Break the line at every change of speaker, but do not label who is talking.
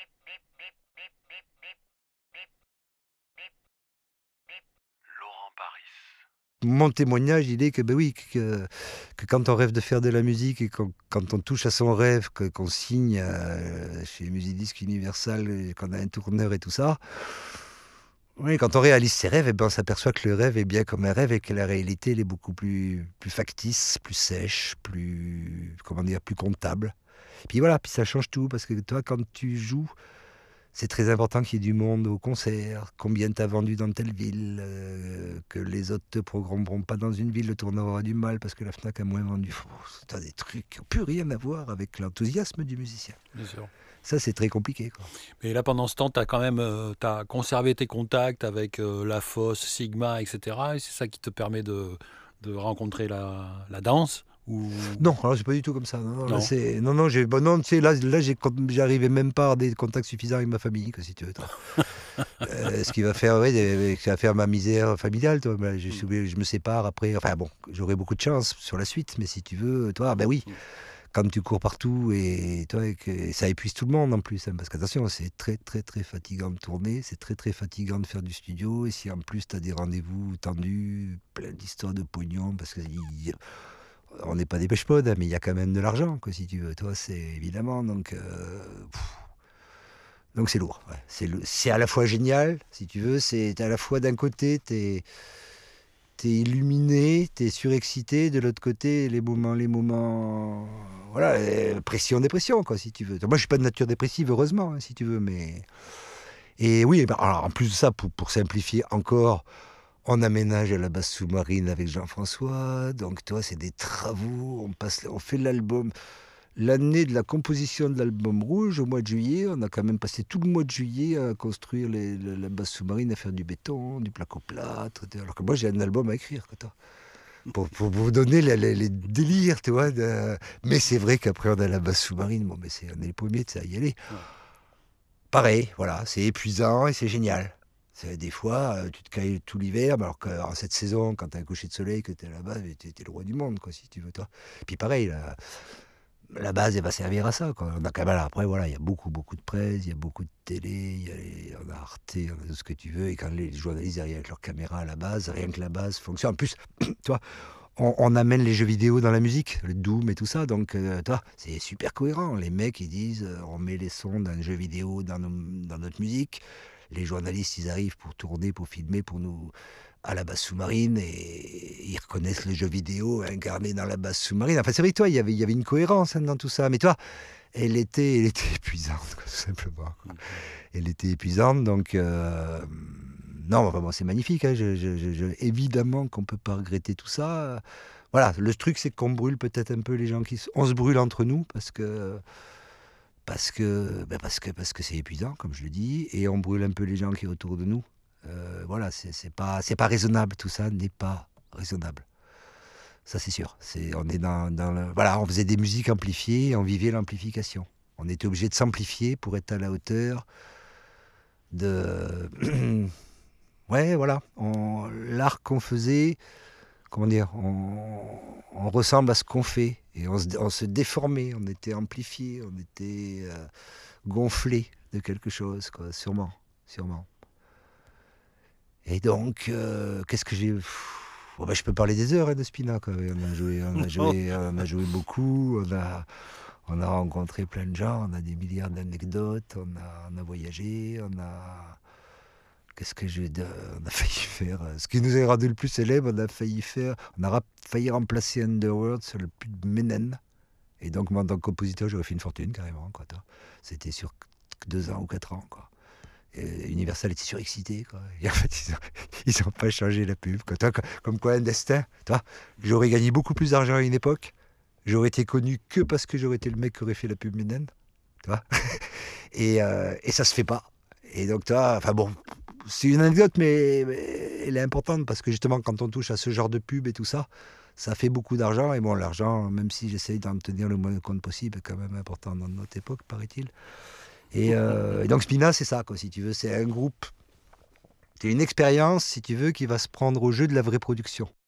Laurent Paris.
Mon témoignage, il est que, ben oui, que quand on rêve de faire de la musique et quand on touche à son rêve, qu'on signe chez Musidisc Universal, et qu'on a un tourneur et tout ça, oui, quand on réalise ses rêves, eh ben, on s'aperçoit que le rêve est bien comme un rêve et que la réalité, elle est beaucoup plus factice, plus sèche, plus, comment dire, plus comptable. Puis voilà, puis ça change tout parce que toi, quand tu joues, c'est très important qu'il y ait du monde au concert, combien t'as vendu dans telle ville, que les autres te programmeront pas dans une ville, le tourneur aura du mal parce que la Fnac a moins vendu. T'as des trucs qui n'ont plus rien à voir avec l'enthousiasme du musicien.
Bien sûr.
Ça, c'est très compliqué, quoi.
Mais là, pendant ce temps, tu as quand même t'as conservé tes contacts avec La Fosse, Sigma, etc. Et c'est ça qui te permet de rencontrer la danse ou...
Non, alors c'est pas du tout comme ça. Non, non, là,
Non.
c'est, non, non, j'ai, bon, non, tu sais, là, j'arrivais même pas à des contacts suffisants avec ma famille, que si tu veux. Toi. Ce qui va faire, ouais, ce qui va faire ma misère familiale, toi. Ben, je me sépare après. Enfin bon, j'aurai beaucoup de chance sur la suite, mais si tu veux, toi, ben oui, quand tu cours partout et toi, et ça épuise tout le monde en plus, hein, parce qu'attention, c'est très, très, très fatigant de tourner, c'est très, très fatigant de faire du studio, et si en plus tu as des rendez-vous tendus, plein d'histoires de pognon, parce que on n'est pas des pêche-pods, hein, mais il y a quand même de l'argent, quoi, si tu veux. Toi, c'est évidemment. Donc c'est lourd. Ouais. C'est à la fois génial, si tu veux. C'est à la fois d'un côté, t'es illuminé, t'es surexcité. De l'autre côté, les moments, voilà, pression, dépression, quoi, si tu veux. Moi, je suis pas de nature dépressive, heureusement, hein, si tu veux, mais. Et oui, ben, alors, en plus de ça, pour simplifier encore. On aménage la base sous-marine avec Jean-François. Donc, toi, c'est des travaux. On fait l'album. L'année de la composition de l'album Rouge, au mois de juillet, on a quand même passé tout le mois de juillet à construire la base sous-marine, à faire du béton, du placo-plâtre. Alors que moi, j'ai un album à écrire, quoi, toi. Pour vous donner les délires, tu vois. Mais c'est vrai qu'après, on a la base sous-marine. Bon, mais on est les premiers, tu sais, à y aller.
Ouais.
Pareil, voilà, c'est épuisant et c'est génial. Des fois, tu te cailles tout l'hiver, alors qu'en cette saison, quand t'as un coucher de soleil, que t'es là-bas, t'es le roi du monde, quoi, si tu veux, toi. Puis pareil, la base, elle va servir à ça, quoi. On a quand même, alors après, voilà, il y a beaucoup, beaucoup de presse, il y a beaucoup de télé, on a Arte, on a tout ce que tu veux, et quand les journalistes arrivent avec leur caméra à la base, rien que la base fonctionne. En plus, tu vois, on amène les jeux vidéo dans la musique, le Doom et tout ça, donc toi, c'est super cohérent. Les mecs, ils disent, on met les sons d'un jeu vidéo dans notre musique. Les journalistes, ils arrivent pour tourner, pour filmer, pour nous à la base sous-marine et ils reconnaissent le jeu vidéo incarné dans la base sous-marine. Enfin, c'est vrai que toi, il y avait une cohérence, hein, dans tout ça. Mais toi, elle était épuisante, quoi, tout simplement, quoi. Elle était épuisante, donc non, enfin, bon, c'est magnifique, hein, évidemment qu'on peut pas regretter tout ça. Voilà, le truc, c'est qu'on brûle peut-être un peu les gens on se brûle entre nous parce que c'est épuisant, comme je le dis, et on brûle un peu les gens qui sont autour de nous. Voilà, c'est pas raisonnable, tout ça n'est pas raisonnable. Ça, c'est sûr. On est voilà, on faisait des musiques amplifiées, et on vivait l'amplification. On était obligé de s'amplifier pour être à la hauteur de. Ouais, voilà. L'art qu'on faisait, comment dire, on ressemble à ce qu'on fait. Et on se déformait, on était amplifié, on était gonflé de quelque chose, quoi, sûrement, sûrement. Et donc, qu'est-ce que j'ai. Bon, ben, je peux parler des heures, hein, de Spina, quoi. On a joué beaucoup, on a rencontré plein de gens, on a des milliards d'anecdotes, on a voyagé, Qu'est-ce que j'ai on a failli faire. Ce qui nous a rendu le plus célèbre, on a failli remplacer Underworld sur le plus de Menen. Et donc, moi, en tant que compositeur, j'aurais fait une fortune, carrément, quoi, toi. C'était sur 2 ans ou 4 ans, quoi. Et Universal était surexcité, quoi. Et en fait, ils ont pas changé la pub, quoi. Toi, comme quoi, un destin, toi. J'aurais gagné beaucoup plus d'argent à une époque. J'aurais été connu que parce que j'aurais été le mec qui aurait fait la pub Menen, tu vois. Et ça se fait pas. Et donc, toi, enfin bon, c'est une anecdote, mais elle est importante parce que justement, quand on touche à ce genre de pub et tout ça, ça fait beaucoup d'argent. Et bon, l'argent, même si j'essaye d'en tenir le moins compte possible, est quand même important dans notre époque, paraît-il. Et donc, Spina, c'est ça, quoi, si tu veux. C'est un groupe, c'est une expérience, si tu veux, qui va se prendre au jeu de la vraie production.